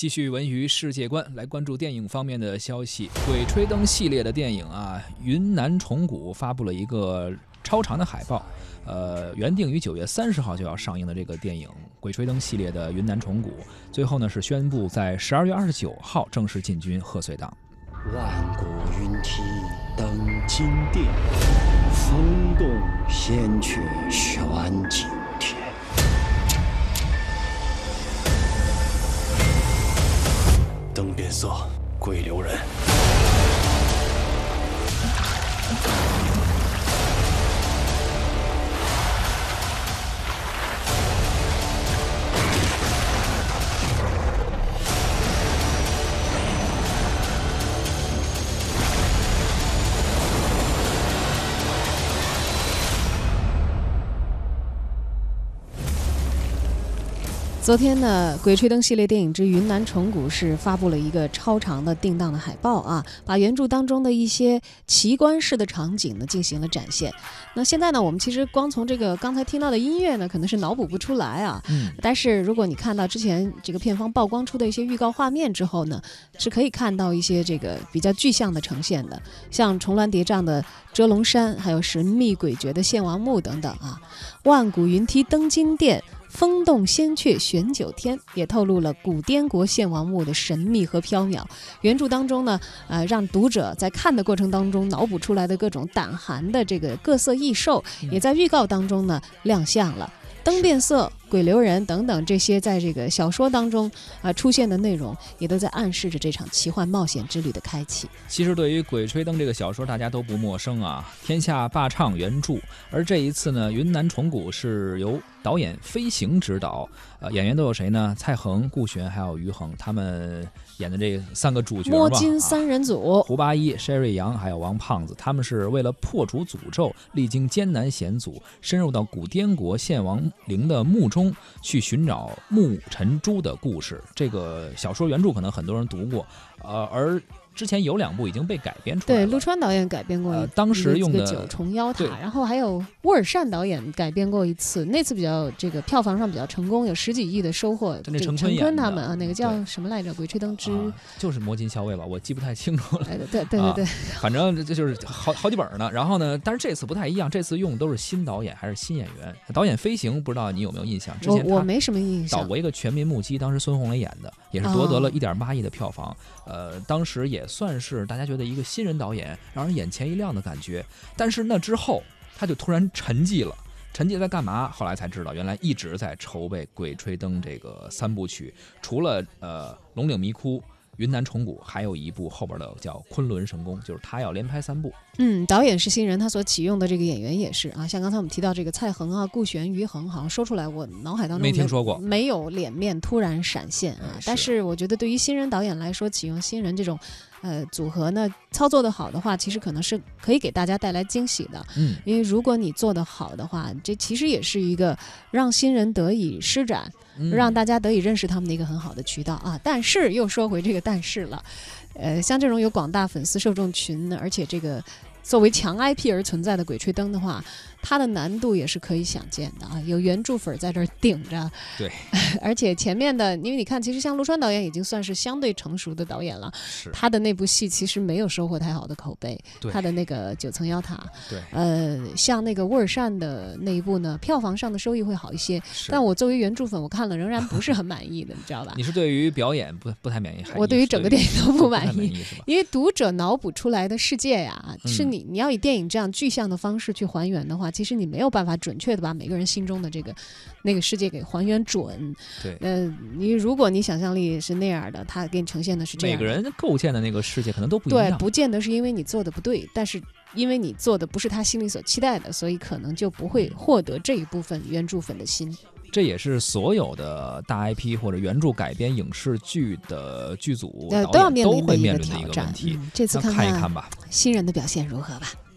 继续文娱世界观，来关注电影方面的消息。鬼吹灯系列的电影云南虫谷发布了一个超长的海报，原定于9月30号就要上映的这个电影鬼吹灯系列的云南虫谷，最后呢是宣布在12月29号正式进军贺岁档。 万古云梯登金殿，风动仙阙悬景天。灯变色，鬼留人。 昨天呢，鬼吹灯系列电影之云南虫谷是发布了一个超长的定档的海报把原著当中的一些奇观式的场景呢进行了展现。那现在呢，我们其实光从这个刚才听到的音乐呢，可能是脑补不出来但是如果你看到之前这个片方曝光出的一些预告画面之后呢，是可以看到一些这个比较具象的呈现的，像重峦叠嶂的遮龙山，还有神秘诡谲的献王墓等等万古云梯登金殿，风动仙阙悬九天，也透露了古滇国献王墓的神秘和缥缈。原著当中呢，让读者在看的过程当中脑补出来的各种胆寒的这个各色异兽，也在预告当中呢亮相了。灯变色、鬼留人等等这些在这个小说当中出现的内容，也都在暗示着这场奇幻冒险之旅的开启。 其实对于鬼吹灯这个小说大家都不陌生天下霸唱原著，而这一次呢，云南虫谷是由导演飞行执导，演员都有谁呢？蔡恒、顾璇还有于恒，他们演的这3个主角摸金3人组， 胡八一、Sherry 杨还有王胖子，他们是为了破除诅咒，历经艰难险阻，深入到古滇国献王陵的墓中去寻找墓沉珠的故事。这个小说原著可能很多人读过，而之前有2部已经被改编出来了。 对，陆川导演改编过当时用的 9重妖塔，然后还有沃尔善导演改编过一次，那次比较这个票房上比较成功，有10几亿的收获。 那陈坤他们那个叫什么来着？鬼吹灯之就是摸金校尉吧，我记不太清楚了。 对， 反正这就是好几本呢。然后呢，但是这次不太一样，这次用的都是新导演还是新演员。导演飞行不知道你有没有印象？之前我没什么印象。 导过一个《全民目击》，当时孙红雷演的，也是夺得了1.8亿的票房。当时也算是大家觉得一个新人导演让人眼前一亮的感觉。但是那之后他就突然沉寂了。沉寂在干嘛？后来才知道，原来一直在筹备《鬼吹灯》这个3部曲，除了龙岭迷窟、云南虫谷，还有一部后边的叫昆仑神功，就是他要连拍3部。 导演是新人，他所启用的这个演员也是像刚才我们提到这个蔡恒顾璇、于恒，好像说出来我脑海当中没听说过， 没有脸面突然闪现但是我觉得对于新人导演来说，启用新人这种组合呢，操作的好的话，其实可能是可以给大家带来惊喜的。因为如果你做得好的话，这其实也是一个让新人得以施展，让大家得以认识他们的一个很好的渠道但是又说回这个但是了，像这种有广大粉丝受众群，而且这个作为强 IP 而存在的鬼吹灯的话，它的难度也是可以想见的有原著粉在这儿顶着。 对， 而且前面的，因为你看，其实像陆川导演已经算是相对成熟的导演了，他的那部戏其实没有收获太好的口碑。他的那个9层妖塔，像那个沃尔善的那一部呢，票房上的收益会好一些。但我作为原著粉，我看了仍然不是很满意的，你知道吧？ 你是对于表演不太满意， 我对于整个电影都不满意，因为读者脑补出来的世界是你要以电影这样具象的方式去还原的话，其实你没有办法准确的把每个人心中的那个世界给还原准。你如果你想象力是那样的，他给你呈现的是这样的， 每个人构建的那个世界可能都不一样。 对，不见得是因为你做的不对，但是因为你做的不是他心里所期待的，所以可能就不会获得这一部分原著粉的心。 这也是所有的大 IP 或者原著改编影视剧的剧组都要面临的一个挑战。 问题。 这次看一看吧， 新人的表现如何吧。